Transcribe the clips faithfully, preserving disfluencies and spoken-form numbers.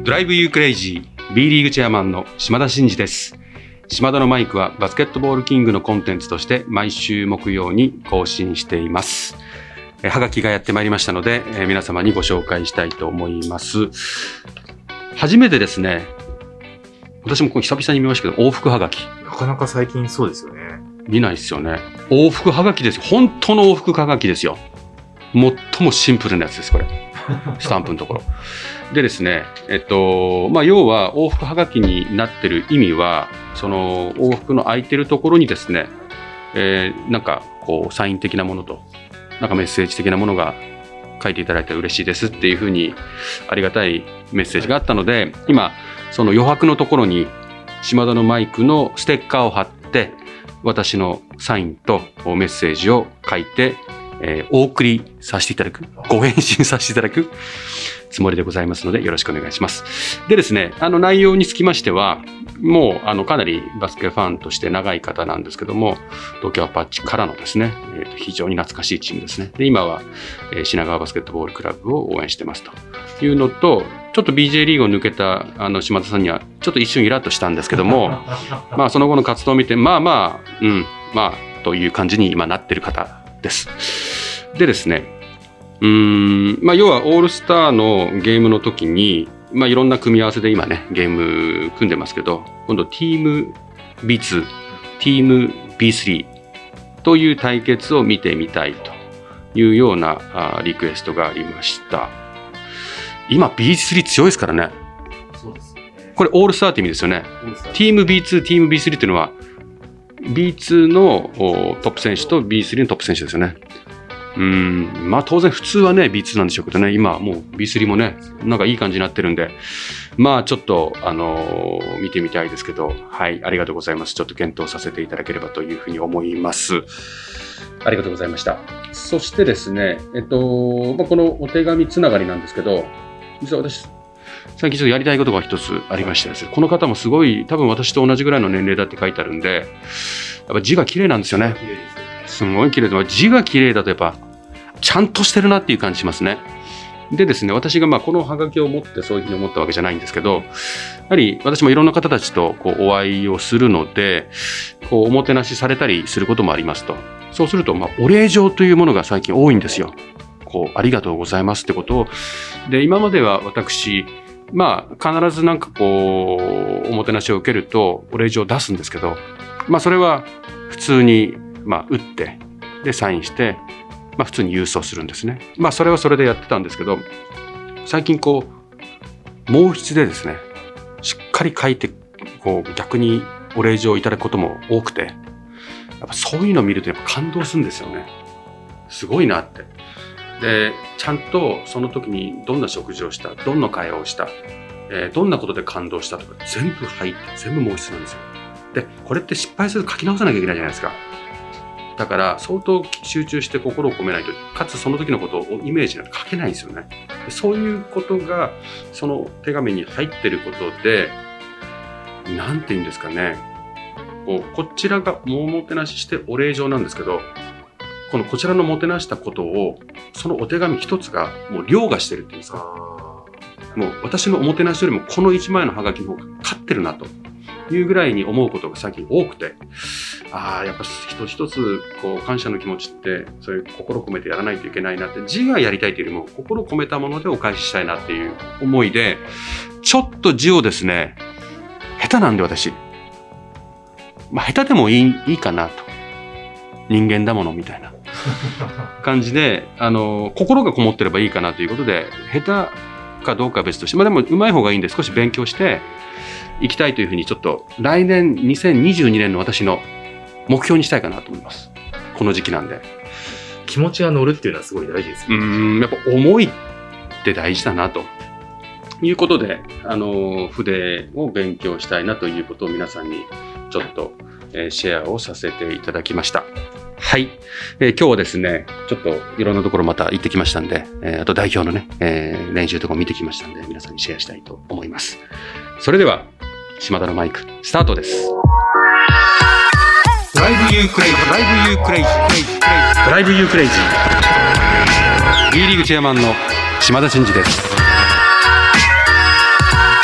ドライブユークレイジー B リーグチェアマンの島田真二です。島田のマイクはバスケットボールキングのコンテンツとして毎週木曜に更新しています。えはがきがやってまいりましたので、え皆様にご紹介したいと思います。初めてですね、私もこう久々に見ましたけど、往復はがき。 なかなか最近そうですよね。 見ないですよね。往復はがきですよ。本当の往復はがきですよ。最もシンプルなやつです、これ。スタンプのところ。でですね、えっと、まあ、要は往復はがきになってる意味は、その往復の空いてるところにですね、えー、なんかこうサイン的なものと、なんかメッセージ的なものが書いていただいて嬉しいですっていうふうにありがたいメッセージがあったので、今その余白のところに島田のマイクのステッカーを貼って、私のサインとメッセージを書いて、えー、お送りさせていただく、ご返信させていただくつもりでございますので、よろしくお願いします。でですね、あの内容につきましては、もうあのかなりバスケファンとして長い方なんですけども、東京アパッチからのですね、えー、と非常に懐かしいチームですね。で、今は、えー、品川バスケットボールクラブを応援してますというのと、ちょっと ビージェー リーグを抜けたあの島田さんにはちょっと一瞬イラッとしたんですけどもまあその後の活動を見て、まあまあうんまあという感じに今なってる方です。でですね、うーん、まあ、要はオールスターのゲームの時に、まあ、いろんな組み合わせで今ねゲーム組んでますけど、今度チーム ビーツー、チーム ビースリー という対決を見てみたいというようなあリクエストがありました。今 ビースリー 強いですからね。 そうですね。 これオールスターって意味ですよね。チーム ビーツー、チーム ビースリー っていうのは ビーツー のトップ選手と ビースリー のトップ選手ですよね。うーん、まあ当然普通はね ビーツー なんでしょうけどね、今はもう ビースリー もねなんかいい感じになってるんで、まあちょっとあのー、見てみたいですけど、はい、ありがとうございます。ちょっと検討させていただければというふうに思います。ありがとうございました。そしてですね、えっと、まあ、このお手紙つながりなんですけど、実は私最近ちょっとやりたいことが一つありましてですね、この方もすごい多分私と同じぐらいの年齢だって書いてあるんで、やっぱ字が綺麗なんですよね。すごい綺麗で、字が綺麗だとやっぱちゃんとしてるなっていう感じしますね。でですね、私がまあこのハガキを持ってそういうふうに思ったわけじゃないんですけど、やはり私もいろんな方たちとこうお会いをするので、こうおもてなしされたりすることもありますと。そうするとまあお礼状というものが最近多いんですよ。こうありがとうございますってことを。で、今までは私まあ必ずなんかこうおもてなしを受けるとお礼状を出すんですけど、まあそれは普通にまあ打ってでサインして、まあ、普通に郵送するんですね。まあそれはそれでやってたんですけど、最近こう毛筆でですねしっかり書いてこう逆にお礼状をいただくことも多くて、やっぱそういうのを見るとやっぱ感動するんですよね。すごいなって。でちゃんとその時にどんな食事をした、どんな会話をした、えー、どんなことで感動したとか全部入って全部毛筆なんですよ。でこれって失敗すると書き直さなきゃいけないじゃないですか。だから相当集中して心を込めないと、かつその時のことをイメージなんて書けないんですよね。でそういうことがその手紙に入ってることで、なんていうんですかね、こうこちらがおもてなししてお礼状なんですけど、このこちらのもてなしたことをそのお手紙一つがもう凌駕してるっていうんですか、もう私のおもてなしよりもこの一枚のハガキの方が勝ってるなというぐらいに思うことが最近多くて、ああやっぱ一つ一つこう感謝の気持ちってそういう心込めてやらないといけないなって、字がやりたいというよりも心込めたものでお返ししたいなっていう思いで、ちょっと字をですね下手なんで私、まあ下手でもいい、いいかなと、人間だものみたいな感じで、あの心がこもってればいいかなということで、下手かどうかは別として、まあでも上手い方がいいんで少し勉強していきたいというふうに、ちょっと来年にせんにじゅうにねんの私の目標にしたいかなと思います。この時期なんで気持ちが乗るっていうのはすごい大事ですね。 うーん、やっぱ思いって大事だなということで、あの筆を勉強したいなということを皆さんにちょっと、えー、シェアをさせていただきました。はい、えー、今日はですねちょっといろんなところまた行ってきましたんで、えー、あと代表のね、えー、練習とか見てきましたんで、皆さんにシェアしたいと思います。それでは島田のマイクスタートです。ドライブユークレイジー、ドライブユークレイジー、ドライブユークレイジー B リーグチェアマンの島田真二です。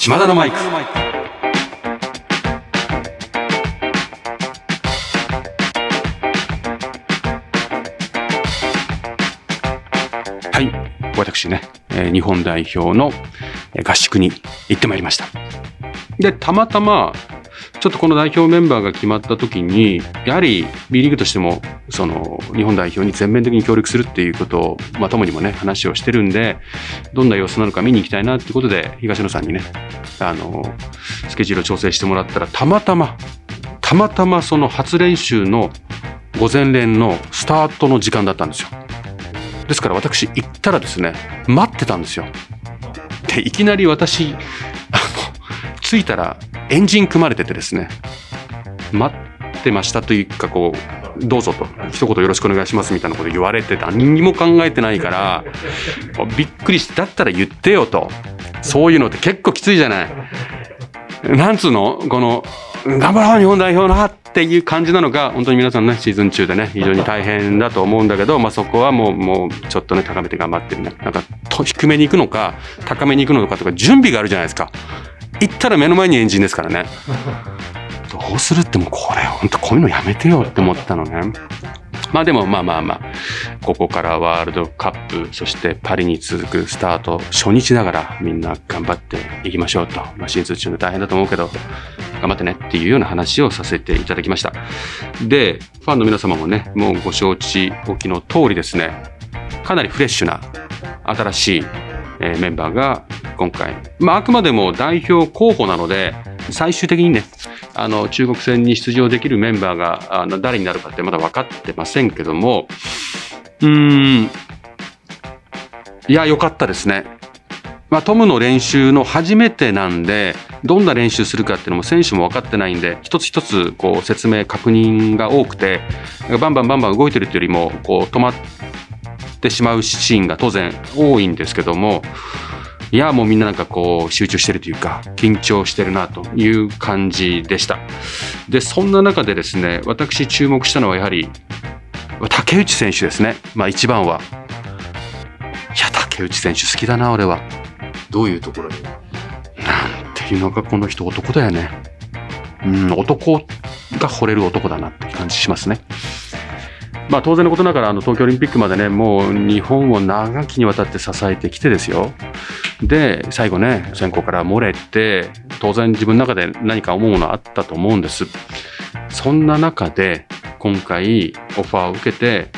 島田のマイク。はい、私ね、えー、日本代表の合宿に行ってまいりました。で、たまたまちょっとこの代表メンバーが決まった時に、やはり B リーグとしてもその日本代表に全面的に協力するっていうことを、まあ、ともにもね話をしてるんで、どんな様子なのか見に行きたいなっていうことで東野さんにねあのスケジュールを調整してもらったら、たまたまたまたまその初練習の午前練のスタートの時間だったんですよ。ですから私行ったらですね、待ってたんですよ。でいきなり私あの着いたらエンジン組まれててですね、待ってましたというか、こうどうぞと一言よろしくお願いしますみたいなこと言われて、何にも考えてないからびっくりして、だったら言ってよと、そういうのって結構きついじゃない。なんつうの、この頑張ろう日本代表なっていう感じなのが、本当に皆さんねシーズン中でね非常に大変だと思うんだけど、まあ、そこはもうもうちょっとね高めて頑張ってるね、なんかと低めに行くのか高めに行くのかとか準備があるじゃないですか。行ったら目の前にエンジンですからね。どうするってもうこれ本当こういうのやめてよって思ったのね。まあでもまあまあまあここからワールドカップ、そしてパリに続くスタート初日だからみんな頑張っていきましょうと、まあ、シーズン中で大変だと思うけど頑張ってねっていうような話をさせていただきました。でファンの皆様もねもうご承知おきの通りですね、かなりフレッシュな新しいえー、メンバーが今回、まあ、あくまでも代表候補なので最終的にねあの中国戦に出場できるメンバーがあの誰になるかってまだ分かってませんけども、うーんいや良かったですね。まあ、トムの練習の初めてなんでどんな練習するかっていうのも選手も分かってないんで、一つ一つこう説明確認が多くて、バンバンバンバン動いてるっていうよりもこう止まってしまうシーンが当然多いんですけども、いやもうみんななんかこう集中してるというか緊張してるなという感じでした。でそんな中でですね、私注目したのはやはり竹内選手ですね。まあ一番は、いや竹内選手好きだな俺は。 どういうところに？ なんていうのかこの人男だよね。うん男が惚れる男だなって感じしますね。まあ、当然のことながらあの東京オリンピックまでねもう日本を長きにわたって支えてきてですよ。で最後ね選考から漏れて当然自分の中で何か思うものあったと思うんです。そんな中で今回オファーを受けて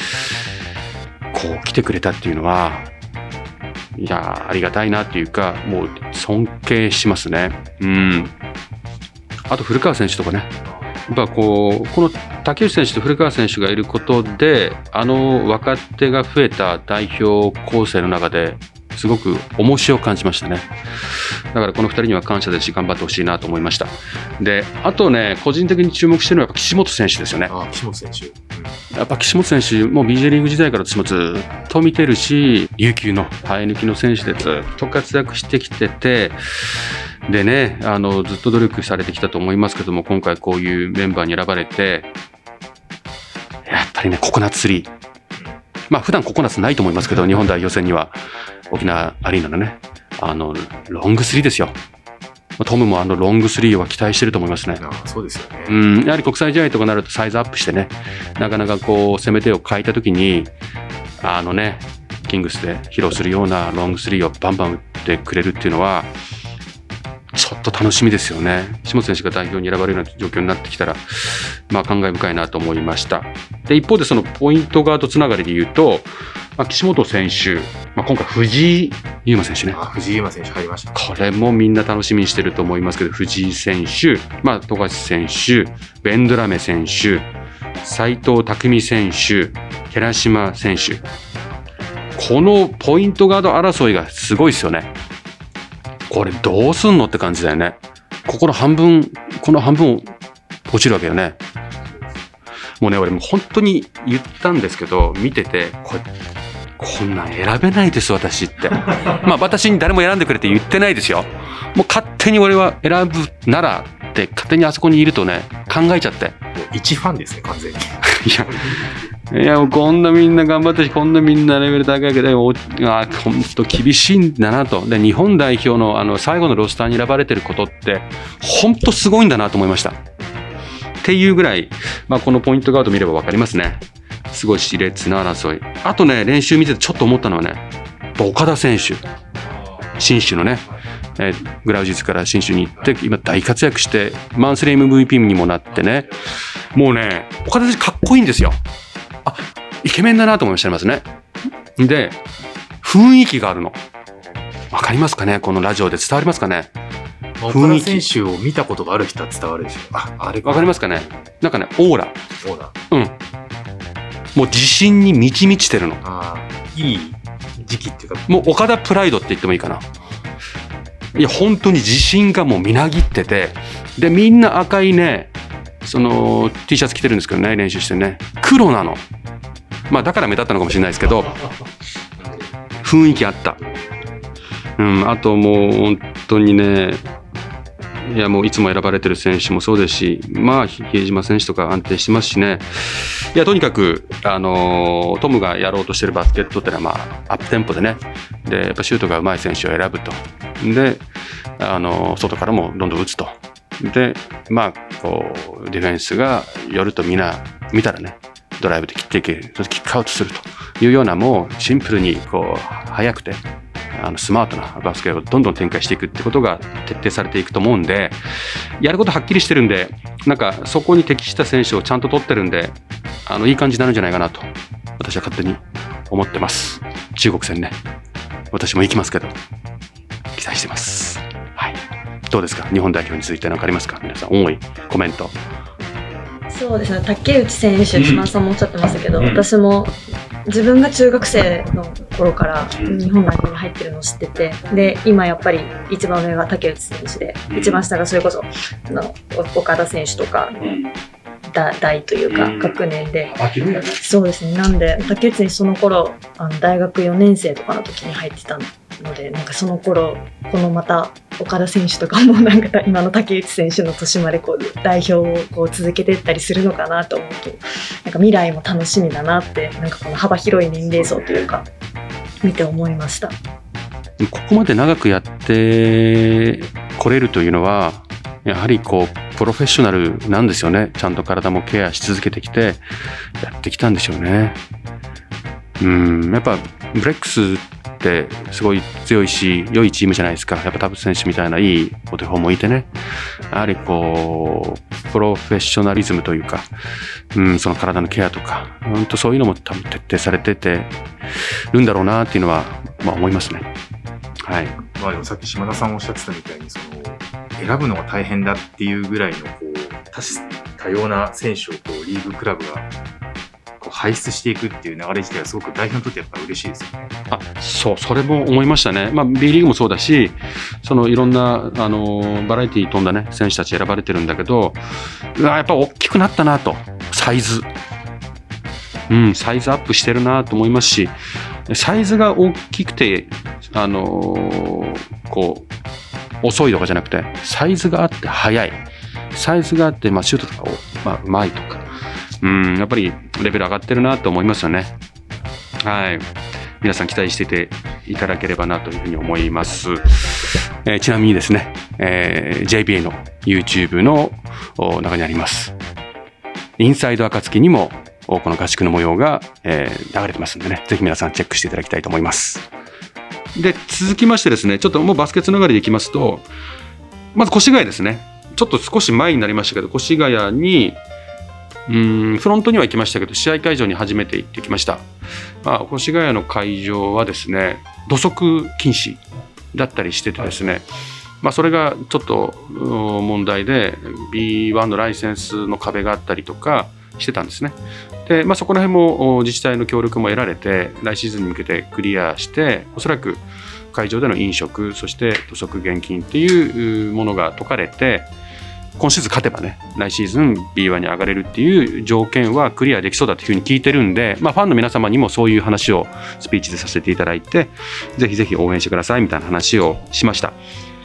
こう来てくれたっていうのはいやありがたいなっていうかもう尊敬しますね。うんあと古川選手とかね、やっぱこうこの竹内選手と古川選手がいることであの若手が増えた代表構成の中ですごく重しを感じましたね。だからこのふたりには感謝ですし頑張ってほしいなと思いました。であとね個人的に注目してるのはやっぱ岸本選手ですよね。 あ岸本選手、うん、 やっぱ岸本選手も ビージェー リーグ時代から私もずっと見てるし、琉球の生え抜きの選手でずっと活躍してきてて、でねあのずっと努力されてきたと思いますけども、今回こういうメンバーに選ばれてやっぱりねココナッツスリー、まあ普段ココナッツないと思いますけど日本代表戦には沖縄アリーナのねあのロングスリーですよ。トムもあのロングスリーは期待してると思いますね。 あそうですよね。 うんやはり国際試合とかなるとサイズアップしてねなかなかこう攻め手を欠いた時にあのねキングスで披露するようなロングスリーをバンバン打ってくれるっていうのはちょっと楽しみですよね。岸本選手が代表に選ばれるような状況になってきたら、まあ、感慨深いなと思いました。で一方でそのポイントガードつながりで言うと、まあ、岸本選手、まあ、今回藤井優馬選手ね。 あ藤井優馬選手入りました。 これもみんな楽しみにしてると思いますけど、藤井選手、まあ、富樫選手、ベンドラメ選手、斉藤匠選手、寺島選手、このポイントガード争いがすごいですよね。これどうすんのって感じだよね。ここの半分この半分落ちるわけよね。もうね俺も本当に言ったんですけど見ててこれこんなん選べないです私ってまあ私に誰も選んでくれって言ってないですよ。もう勝手に俺は選ぶならっって勝手にあそこにいるとね考えちゃって、 もう一ファンですね完全に。 いやいやこんなみんな頑張ってしこんなみんなレベル高いけど、あ本当厳しいんだなと。で日本代表のあの最後のロスターに選ばれてることって本当すごいんだなと思いましたっていうぐらい、まあ、このポイントガード見れば分かりますね。すごい熾烈な争い。あとね練習見ててちょっと思ったのはね、岡田選手信州のね、えー、グラウジズから信州に行って今大活躍してマンスリー エムブイピー にもなってね、もうね岡田選手かっこいいんですよ。あイケメンだなと思いましたますね。で雰囲気があるの分かりますかね、このラジオで伝わりますかね。 岡田選手を見たことがある人は伝わるでしょう。ああれ分かりますかね。なんかねオーラオーラうんもう自信に満ち満ちてるの。 あいい時期っていうかもう岡田プライドって言ってもいいかな。いや本当に自信がもうみなぎってて、でみんな赤いねその T シャツ着てるんですけどね、練習してね黒なの。まあだから目立ったのかもしれないですけど雰囲気あった。うんあともう本当にね、いやもういつも選ばれてる選手もそうですし、まあ比江島選手とか安定してますしね。いやとにかくあのー、トムがやろうとしてるバスケットってのはまあアップテンポでね、でやっぱシュートが上手い選手を選ぶと、であのー、外からもどんどん打つと、でまあこうディフェンスが寄るとみんな見たらねドライブで切っていける、キックアウトするというような、もうシンプルにこう速くてあのスマートなバスケをどんどん展開していくってことが徹底されていくと思うんで、やることはっきりしてるんで、なんかそこに適した選手をちゃんと取ってるんで、あのいい感じになるんじゃないかなと私は勝手に思ってます。中国戦ね私も行きますけど期待してます。はい、どうですか日本代表について何かありますか皆さん。思いコメント。 そうですね、竹内選手、島田さんもおっしゃってましたけど、 うん、 私も自分が中学生の頃から日本代表に入ってるのを知ってて、で今やっぱり一番上が竹内選手で、一番下がそれこそあの岡田選手とかだ代というか学年で、そうですね、なんで竹内選手その頃あの大学よねん生とかの時に入ってたので、なんかその頃このまた岡田選手とかもなんか今の竹内選手の年までこう代表をこう続けていったりするのかなと思うと、なんか未来も楽しみだなって、なんかこの幅広い年齢層というか見て思いました。 ここまで長くやってこれるというのはやはりこうプロフェッショナルなんですよね。ちゃんと体もケアし続けてきてやってきたんでしょうね。うんやっぱブレックスってすごい強いし良いチームじゃないですか。やっぱ田臥選手みたいないいお手本もいてね、やはりこうプロフェッショナリズムというか、うん、その体のケアとか本当そういうのも多分徹底されててるんだろうなっていうのは、まあ、思いますね。はい。 まあでもさっき島田さんおっしゃってたみたいにその選ぶのが大変だっていうぐらいのこう多種多様な選手をこうリーグクラブがこう輩出していくっていう流れ自体はすごく代表にとってやっぱり嬉しいですよね。 あ、そう、それも思いましたね。まあ B リーグもそうだし、そのいろんなあのバラエティー飛んだね選手たち選ばれてるんだけど、うわやっぱ大きくなったなと、サイズ、うんサイズアップしてるなと思いますし、サイズが大きくてあのこう遅いとかじゃなくて、サイズがあって速い、サイズがあって、まあ、シュートとかを、まあ、うまいとか、うんやっぱりレベル上がってるなと思いますよね。はい、皆さん期待していていただければなというふうに思います。えー、ちなみにですね、えー、ジェイビーエー の YouTube の中にありますインサイド暁にもこの合宿の模様が、えー、流れてますんでね、ぜひ皆さんチェックしていただきたいと思います。で続きましてですね、ちょっともうバスケつながりでいきますと、まず越谷ですね。ちょっと少し前になりましたけど、越谷にうーんフロントには行きましたけど、試合会場に初めて行ってきました。まあ、越谷の会場はですね土足禁止だったりしててですね、まあ、それがちょっと問題で ビーワン のライセンスの壁があったりとかしてたんですね。で、まあ、そこら辺も自治体の協力も得られて来シーズンに向けてクリアして、おそらく会場での飲食、そして土足厳禁っていうものが解かれて、今シーズン勝てばね来シーズン ビーワン に上がれるっていう条件はクリアできそうだというふうに聞いてるんで、まあ、ファンの皆様にもそういう話をスピーチでさせていただいて、ぜひぜひ応援してくださいみたいな話をしました。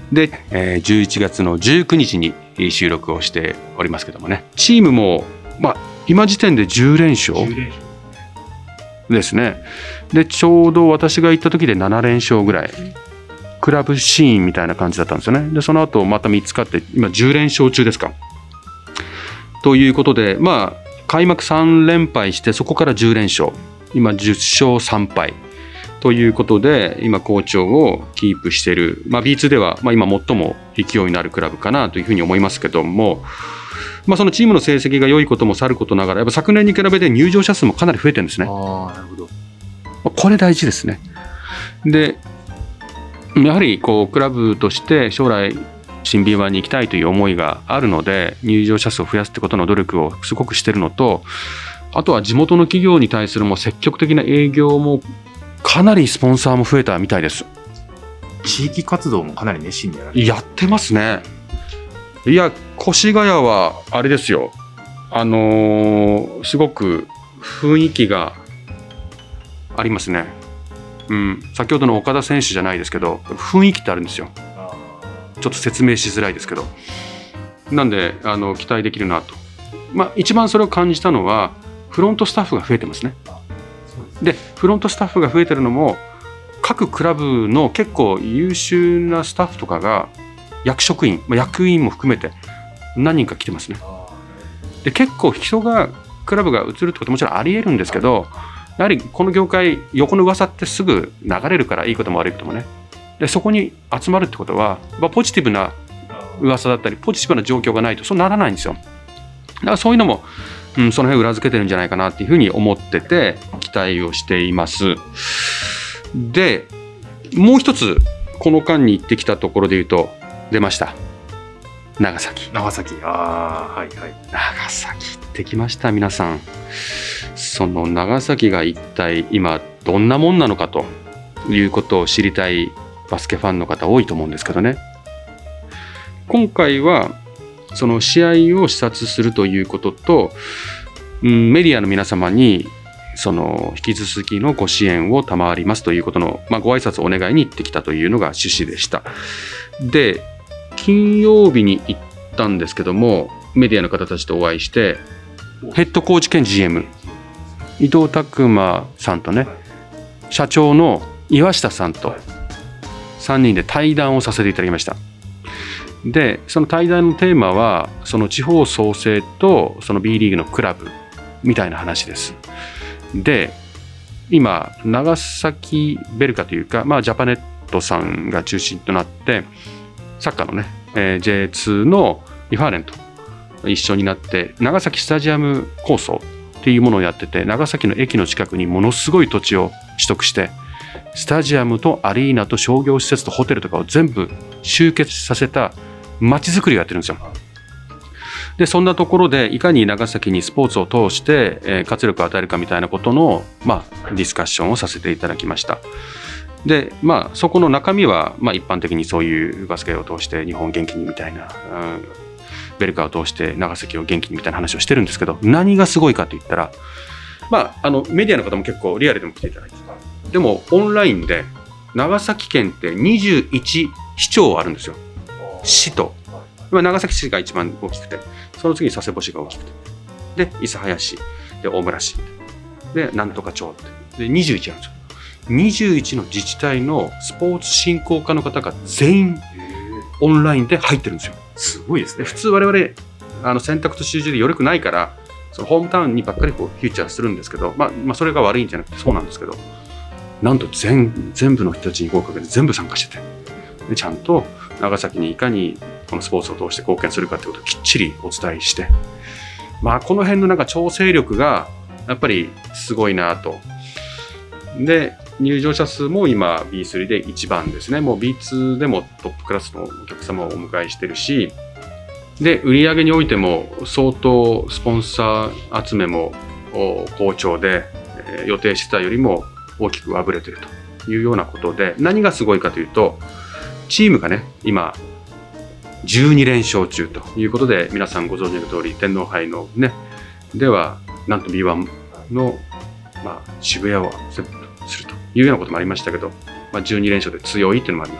で、えー、じゅういちがつのじゅうくにちに収録をしておりますけどもね、チームも、まあ、今時点でじゅうれんしょうですね。でちょうど私が行った時でななれんしょうぐらい、クラブシーンみたいな感じだったんですよね。でその後またみっつ勝って今じゅうれんしょう中ですか。ということで、まあ開幕さんれんぱいしてそこからじゅうれんしょう、今じゅっしょうさんぱいということで今好調をキープしている、まあ、ビーツー では、まあ、今最も勢いのあるクラブかなというふうに思いますけども、まあ、そのチームの成績が良いこともさることながら、やっぱ昨年に比べて入場者数もかなり増えてるんですね。 ああ、なるほど。 これ大事ですね。でやはりこうクラブとして将来新 ビーワン に行きたいという思いがあるので、入場者数を増やすってことの努力をすごくしてるのと、あとは地元の企業に対するも積極的な営業もかなりスポンサーも増えたみたいです。 地域活動もかなり熱心にやられてやってますね。いや越谷はあれですよ、あのー、すごく雰囲気がありますね。うん、先ほどの岡田選手じゃないですけど雰囲気ってあるんですよ。ちょっと説明しづらいですけど、なんであの期待できるなと。まあ一番それを感じたのはフロントスタッフが増えてますね。でフロントスタッフが増えてるのも各クラブの結構優秀なスタッフとかが役職員、まあ、役員も含めて何人か来てますね。で結構人がクラブが移るってことももちろんありえるんですけど、やはりこの業界横の噂ってすぐ流れるから、いいことも悪いこともね。でそこに集まるってことは、まあ、ポジティブな噂だったりポジティブな状況がないとそうならないんですよ。だからそういうのも、うん、その辺裏付けてるんじゃないかなっていうふうに思ってて期待をしています。でもう一つこの間に行ってきたところで言うと出ました、長崎。 長崎、ああ、はいはい。 長崎行ってきました。皆さんその長崎が一体今どんなもんなのかということを知りたいバスケファンの方多いと思うんですけどね。今回はその試合を視察するということと、うん、メディアの皆様にその引き続きのご支援を賜りますということの、まあ、ご挨拶をお願いに行ってきたというのが趣旨でした。で金曜日に行ったんですけども、メディアの方たちとお会いしてヘッドコーチ兼 ジーエム 伊藤拓磨さんとね、社長の岩下さんとさんにんで対談をさせていただきました。でその対談のテーマはその地方創生とその B リーグのクラブみたいな話です。で今長崎ベルカというか、まあ、ジャパネットさんが中心となってサッカーのね、えー、ジェイツー のリファーレンと一緒になって長崎スタジアム構想っていうものをやってて、長崎の駅の近くにものすごい土地を取得してスタジアムとアリーナと商業施設とホテルとかを全部集結させた街づくりをやってるんですよ。でそんなところでいかに長崎にスポーツを通して、えー、活力を与えるかみたいなことの、まあ、ディスカッションをさせていただきました。でまあそこの中身は、まあ、一般的にそういうバスケを通して日本元気にみたいな、うん、ベルカを通して長崎を元気にみたいな話をしてるんですけど、何がすごいかといったら、まあ、あのメディアの方も結構リアルでも来ていただいてた。でもオンラインで長崎県ってにじゅういち市町あるんですよ。市と長崎市が一番大きくて、その次に佐世保市が大きくて、で諫早市で大村市でなんとか町ってでにじゅういちあるんですよ。にじゅういちの自治体のスポーツ振興課の方が全員オンラインで入ってるんですよ。 すごいですね。 で普通我々あの選択と集中でよくないからそのホームタウンにばっかりこうフューチャーするんですけど、まあ、まあそれが悪いんじゃなくてそうなんですけど、なんと 全, 全部の人たちに合格で全部参加してて、でちゃんと長崎にいかにこのスポーツを通して貢献するかってことをきっちりお伝えして、まあこの辺のなんか調整力がやっぱりすごいなと。で入場者数も今 ビースリー で一番ですね。もう ビーツー でもトップクラスのお客様をお迎えしてるし、で売り上げにおいても相当スポンサー集めも好調で、えー、予定してたよりも大きく上振れてるというようなことで、何がすごいかというとチームがね今じゅうにれんしょう中ということで、皆さんご存知の通り天皇杯のねではなんと ビーワン の、まあ、渋谷をセットするというようなこともありましたけど、まあ、じゅうにれんしょうで強いというのもあります。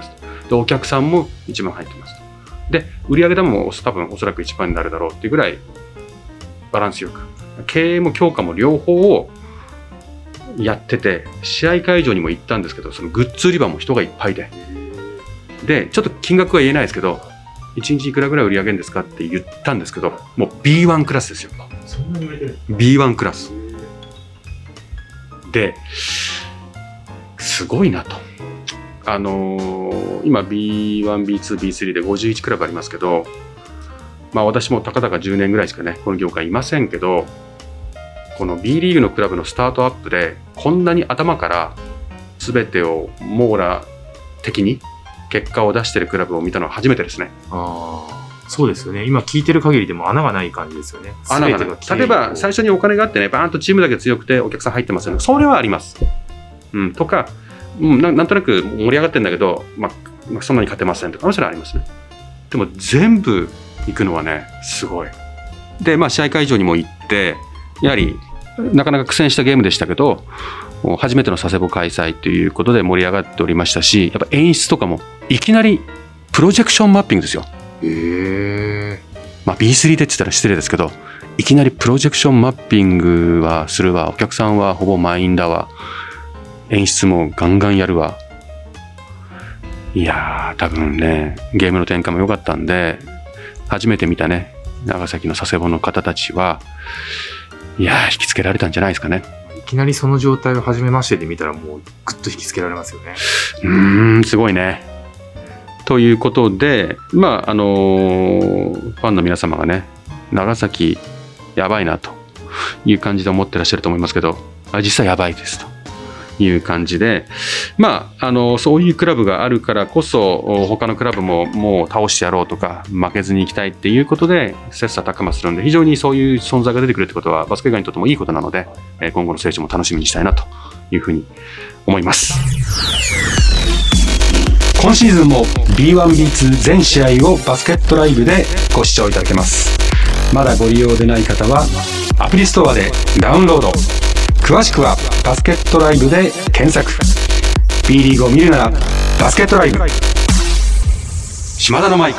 でお客さんも一番入ってますと。で売上高も多分おそらく一番になるだろうっていうぐらいバランスよく、経営も強化も両方をやってて、試合会場にも行ったんですけど、そのグッズ売り場も人がいっぱいで、でちょっと金額は言えないですけど、いちにちいくらぐらい売り上げるんですかって言ったんですけど、もう ビーワン クラスですよ。 そんなに売れてるビーワン クラスですごいなと。あのー、今 ビーワン、ビーツー、ビースリー でごじゅういちクラブありますけど、まあ私もたかだかじゅうねんぐらいしかねこの業界いませんけど、この B リーグのクラブのスタートアップでこんなに頭から全てを網羅的に結果を出しているクラブを見たのは初めてですね。 ああ、そうですよね。今聞いてる限りでも穴がない感じですよね。 穴がない。例えば最初にお金があってね、バーンとチームだけ強くてお客さん入ってますよね。それはあります。うん、とか、うん、な, なんとなく盛り上がってるんだけど、まあ、そんなに勝てませんとか、それはありますね。でも全部行くのはね、すごい。で、まあ試合会場にも行って、やはりなかなか苦戦したゲームでしたけど、初めての佐世保開催ということで盛り上がっておりましたし、やっぱ演出とかもいきなりプロジェクションマッピングですよ。 へー。 まあ ビースリー でって言ったら失礼ですけど、いきなりプロジェクションマッピングはするわ、お客さんはほぼ満員だわ、演出もガンガンやるわ。いやー、多分ねゲームの展開も良かったんで、初めて見たね長崎の佐世保の方たちは、いやー引きつけられたんじゃないですかね。 いきなりその状態を初めましてで見たら、もうグッと引きつけられますよね。 うーん、すごいね。ということで、まああのー、ファンの皆様がね、長崎やばいなという感じで思ってらっしゃると思いますけど、あ、実際やばいですという感じで、まああのそういうクラブがあるからこそ、他のクラブももう倒してやろうとか、負けずにいきたいっていうことで切磋琢磨するんで、非常にそういう存在が出てくるってことはバスケ界にとってもいいことなので、今後の成長も楽しみにしたいなというふうに思います。今シーズンも ビーワン、ビーツー 全試合をバスケットライブでご視聴いただけます。まだご利用でない方はアプリストアでダウンロード、詳しくはバスケットライブで検索。 B リーグを見るならバスケットライブ。島田のマイク。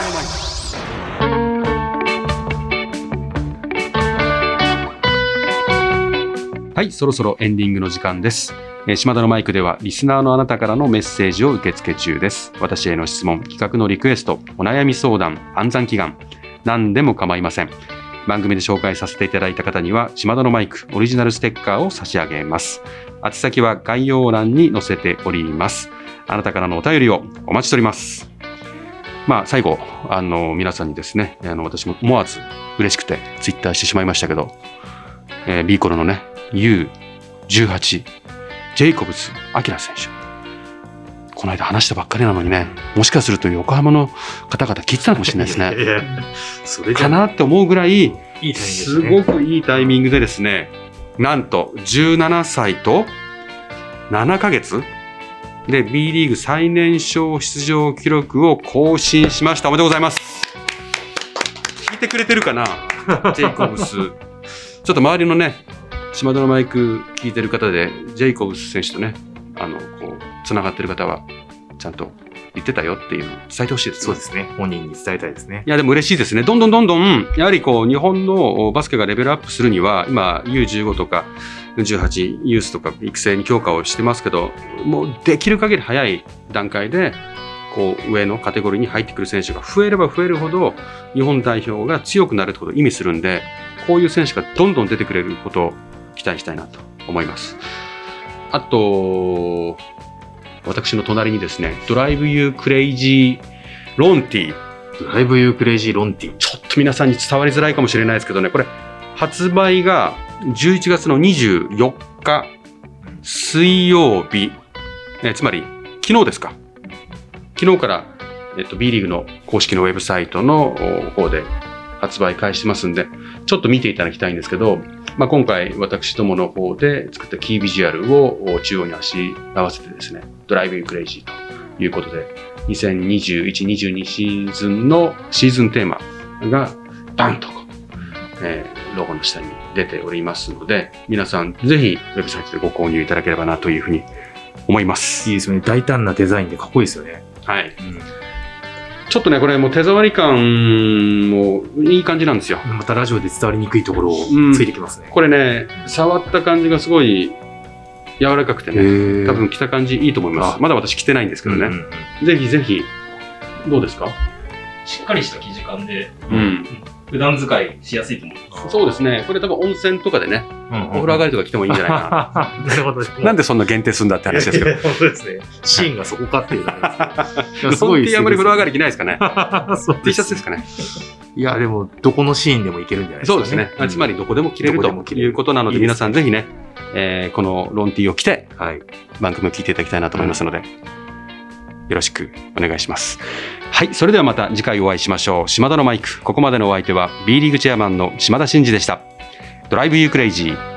はい、そろそろエンディングの時間です。島田のマイクではリスナーのあなたからのメッセージを受け付け中です。私への質問、企画のリクエスト、お悩み相談、暗算祈願、何でも構いません。番組で紹介させていただいた方には島田のマイクオリジナルステッカーを差し上げます。宛先は概要欄に載せております。あなたからのお便りをお待ちしております。まあ最後、あの皆さんにですね、あの私も思わず嬉しくてツイッターしてしまいましたけど、えー、ビーコロのね ユーじゅうはち ジェイコブス・アキラ選手、この間話したばっかりなのにね、もしかすると横浜の方々聞いてたかもしれないですね。 いやいや、それじゃかなって思うぐらい、 いいタイミングですね。 すごくいいタイミングでですね、なんとじゅうななさいとななかげつで B リーグ最年少出場記録を更新しました。おめでとうございます。聞いてくれてるかなジェイコブス。ちょっと周りのね、島田のマイク聞いてる方でジェイコブス選手とね、あのこうつながってる方はちゃんと言ってたよっていうのを伝えてほしいですね。 そうですね。本人に伝えたいですね。 いやでも嬉しいですね。どんどんどんどんやはりこう日本のバスケがレベルアップするには、今 ユーじゅうご とかじゅうはちユースとか育成に強化をしてますけど、もうできる限り早い段階でこう上のカテゴリーに入ってくる選手が増えれば増えるほど日本代表が強くなるってことを意味するんで、こういう選手がどんどん出てくれることを期待したいなと思います。あと私の隣にですね、ドライブユークレイジーロンティー。 ドライブユークレイジーロンティー。 ちょっと皆さんに伝わりづらいかもしれないですけどね、これ発売がじゅういちがつのにじゅうよっか水曜日、えつまり昨日ですか。昨日から、えっと、B リーグの公式のウェブサイトの方で発売開始しますんで、ちょっと見ていただきたいんですけど、まあ、今回私どもの方で作ったキービジュアルを中央にあし合わせてですね、ドライブユークレイジーということで、にせんにじゅういち、にじゅうに シーズンのシーズンテーマがバンと、えー、ロゴの下に出ておりますので、皆さんぜひウェブサイトでご購入いただければなというふうに思います。 いいですよね。大胆なデザインでかっこいいですよね。 はい。 うん、 ちょっとね、これもう手触り感もいい感じなんですよ。 またラジオで伝わりにくいところをついてきますね。 うん、これね、触った感じがすごい柔らかくてね、多分着た感じいいと思います。まだ私着てないんですけどね。うんうんうん、ぜひぜひ、どうですか？ しっかりした生地感で、 うん、 普段使いしやすいと思います。 そうですね。これ多分温泉とかでね、うんうん、お風呂上がりとか着てもいいんじゃないかな。 なるほど。 なんでそんな限定するんだって話ですけど。 いやいや本当ですね。シーンがそこかっていうのは。 すごい。あんまり風呂上がり着ないですかね。T シャツですかね。 いや、でも、どこのシーンでもいけるんじゃないですか、ね。 そうですね。うん、つまりどこでも着れるということなので、皆さんぜひね、えー、このロン T を着て、はい、番組を聞いていただきたいなと思いますので、うん、よろしくお願いします。はい、それではまた次回お会いしましょう。島田のマイク。ここまでのお相手は B リーグチェアマンの島田真二でした。ドライブユークレイジー。